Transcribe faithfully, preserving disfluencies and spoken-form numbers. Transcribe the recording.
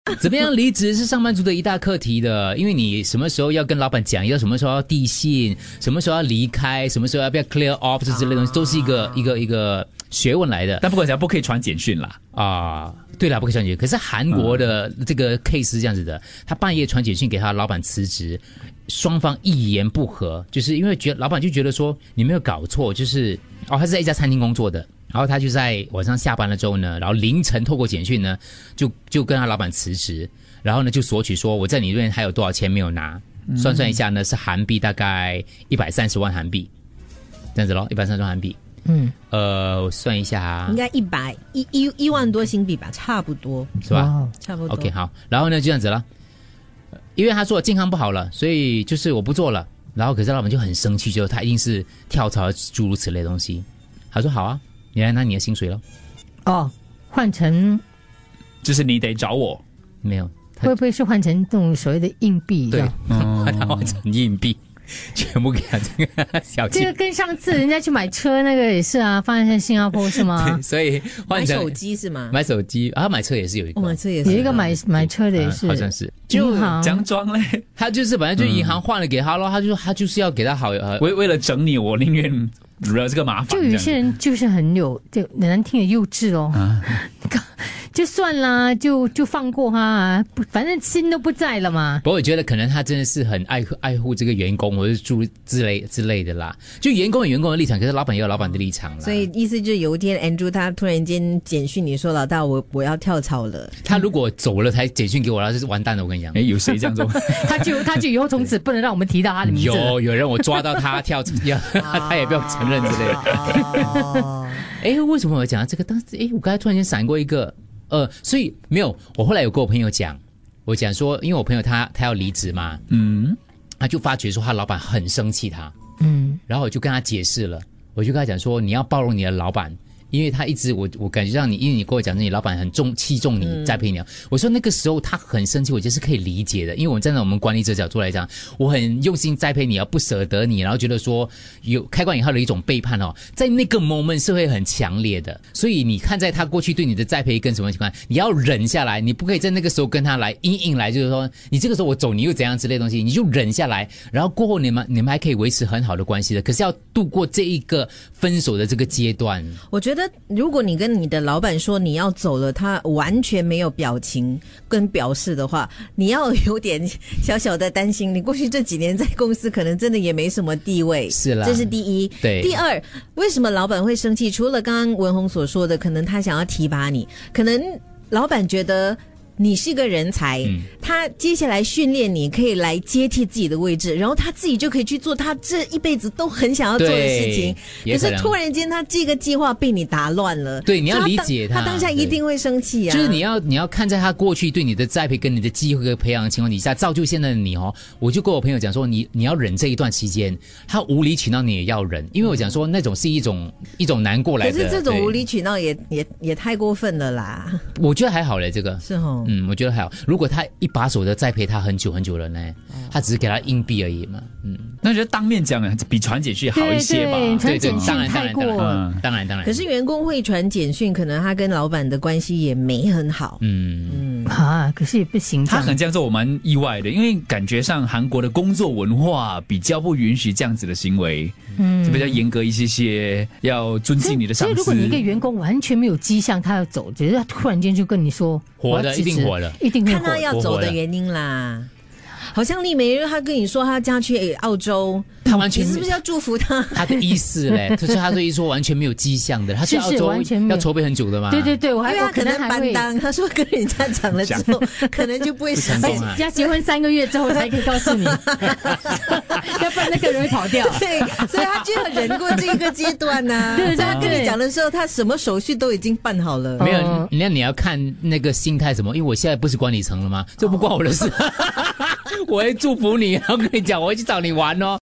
怎么样离职是上班族的一大课题的，因为你什么时候要跟老板讲，要什么时候要递信，什么时候要离开，什么时候要不要 clear off 这之类的东西，都是一个、啊、一个一个学问来的。 但不管怎样，不可以传简讯啦。 啊，对啦，不可以传简讯。可是韩国的这个 case 是这样子的，他半夜传简讯给他老板辞职，双方一言不合，就是因为觉得老板就觉得说你没有搞错，就是哦，他是在一家餐厅工作的。然后他就在晚上下班了之后呢，然后凌晨透过简讯呢，就就跟他老板辞职，然后呢就索取说我在你那边还有多少钱没有拿，嗯、算算一下呢是韩币大概一百三十万韩币，这样子咯，一百三十万韩币。嗯，呃，我算一下啊， 应该一百一一一万多新币吧，差不多是吧？ 差不多。 OK， 好，然后呢就这样子了，因为他说健康不好了，所以就是我不做了。然后可是老板就很生气，就他一定是跳槽诸如此类的东西。他说好啊。你来拿你的薪水了。 哦，换成就是你得找我。 没有， 会不会是换成这种所谓的硬币？ 对，把它换成硬币，全部给他这个小钱。 这个跟上次人家去买车那个也是啊，放在新加坡是吗？ 所以换成买手机是吗？ 买手机啊，买车也是有一个， 哦、买车也是有一个买买车的也是， 啊、好像是。 就讲装嘞， 他就是本来就银行换了给他咯，他就他就是要给他好，呃、 为为了整你，我宁愿惹这个麻烦。 就有些人就是很有就难听的幼稚哦，啊、就算啦，就就放过他，反正心都不在了嘛。 不过我觉得可能他真的是很爱护爱护这个员工，或者是诸之类之类的啦。就员工有员工的立场，可是老板也有老板的立场啦。 所以意思就是有一天 Andrew 他突然间简讯你说老大我我要跳槽了， 他如果走了才简讯给我，那就是完蛋了。我跟你讲， 哎，有谁这样做？ 他就他就以后从此不能让我们提到他的名字。 有有人我抓到他跳要他也不要承认之类的。哎，为什么我讲到这个？当时哎，我刚才突然间闪过一个。呃，所以没有，我后来有跟我朋友讲，我讲说，因为我朋友他他要离职嘛，嗯，他就发觉说他老板很生气他，嗯，然后我就跟他解释了，我就跟他讲说，你要包容你的老板。因为他一直我我感觉让你，因为你跟我讲，你老板很重器重你、嗯、栽培你，我说那个时候他很生气，我觉得是可以理解的，因为我站在我们管理者角度来讲，我很用心栽培你，不舍得你，然后觉得说有开关以后的一种背叛哦，在那个 moment 是会很强烈的，所以你看在他过去对你的栽培跟什么情况，你要忍下来，你不可以在那个时候跟他来硬硬来，就是说你这个时候我走你又怎样之类的东西，你就忍下来，然后过后你们你们还可以维持很好的关系的，可是要度过这一个分手的这个阶段。 我觉得如果你跟你的老板说你要走了，他完全没有表情跟表示的话，你要有点小小的担心，你过去这几年在公司可能真的也没什么地位， 是啦， 这是第一。 对， 第二，为什么老板会生气？除了刚刚文宏所说的，可能他想要提拔你，可能老板觉得你是个人才、嗯、他接下来训练你可以来接替自己的位置，然后他自己就可以去做他这一辈子都很想要做的事情，可是突然间他这个计划被你打乱了， 对，你要理解他， 他当下一定会生气啊。 就是你要你要看在他过去对你的栽培跟你的机会和培养的情况底下，造就现在的你哦。我就跟我朋友讲说，你你要忍这一段期间，他无理取闹你也要忍，因为我讲说那种是一种一种难过来的。 可是这种无理取闹也也也太过分了啦。 我觉得还好嘞，这个是哦。 嗯，我觉得还好。如果他一把手的栽培他很久很久了呢，哦、他只是给他硬币而已嘛。嗯， 那我觉得当面讲比传简讯好一些吧。 对 对, 对, 对，当然当然当然、嗯、当然当然。 可是员工会传简讯，可能他跟老板的关系也没很好。 嗯嗯啊，可是也不行。 他很这样做，我蛮意外的，因为感觉上韩国的工作文化比较不允许这样子的行为，嗯，就比较严格一些些，要尊敬你的上司。 所以如果你一个员工完全没有迹象他要走，只是他突然间就跟你说火的，一定火的， 一定会火。 看他要走的原因啦。好像丽梅他跟你说他嫁去澳洲， 他完全你是不是要祝福他？ 他的意思嘞，就是他的意思说完全没有迹象的，他去澳洲要筹备很久的嘛。 对对对，我还因为他可能搬当，他说跟人家讲了之后，可能就不会实现。 要结婚三个月之后才可以告诉你，要不然那个人会跑掉。 对，所以他就要忍过这个阶段呢、啊。对，他跟你讲的时候，他什么手续都已经办好了。 没有，那你要看那个心态什么，因为我现在不是管理层了吗？这不关我的事。我会祝福你，然后跟你讲，我会去找你玩哦。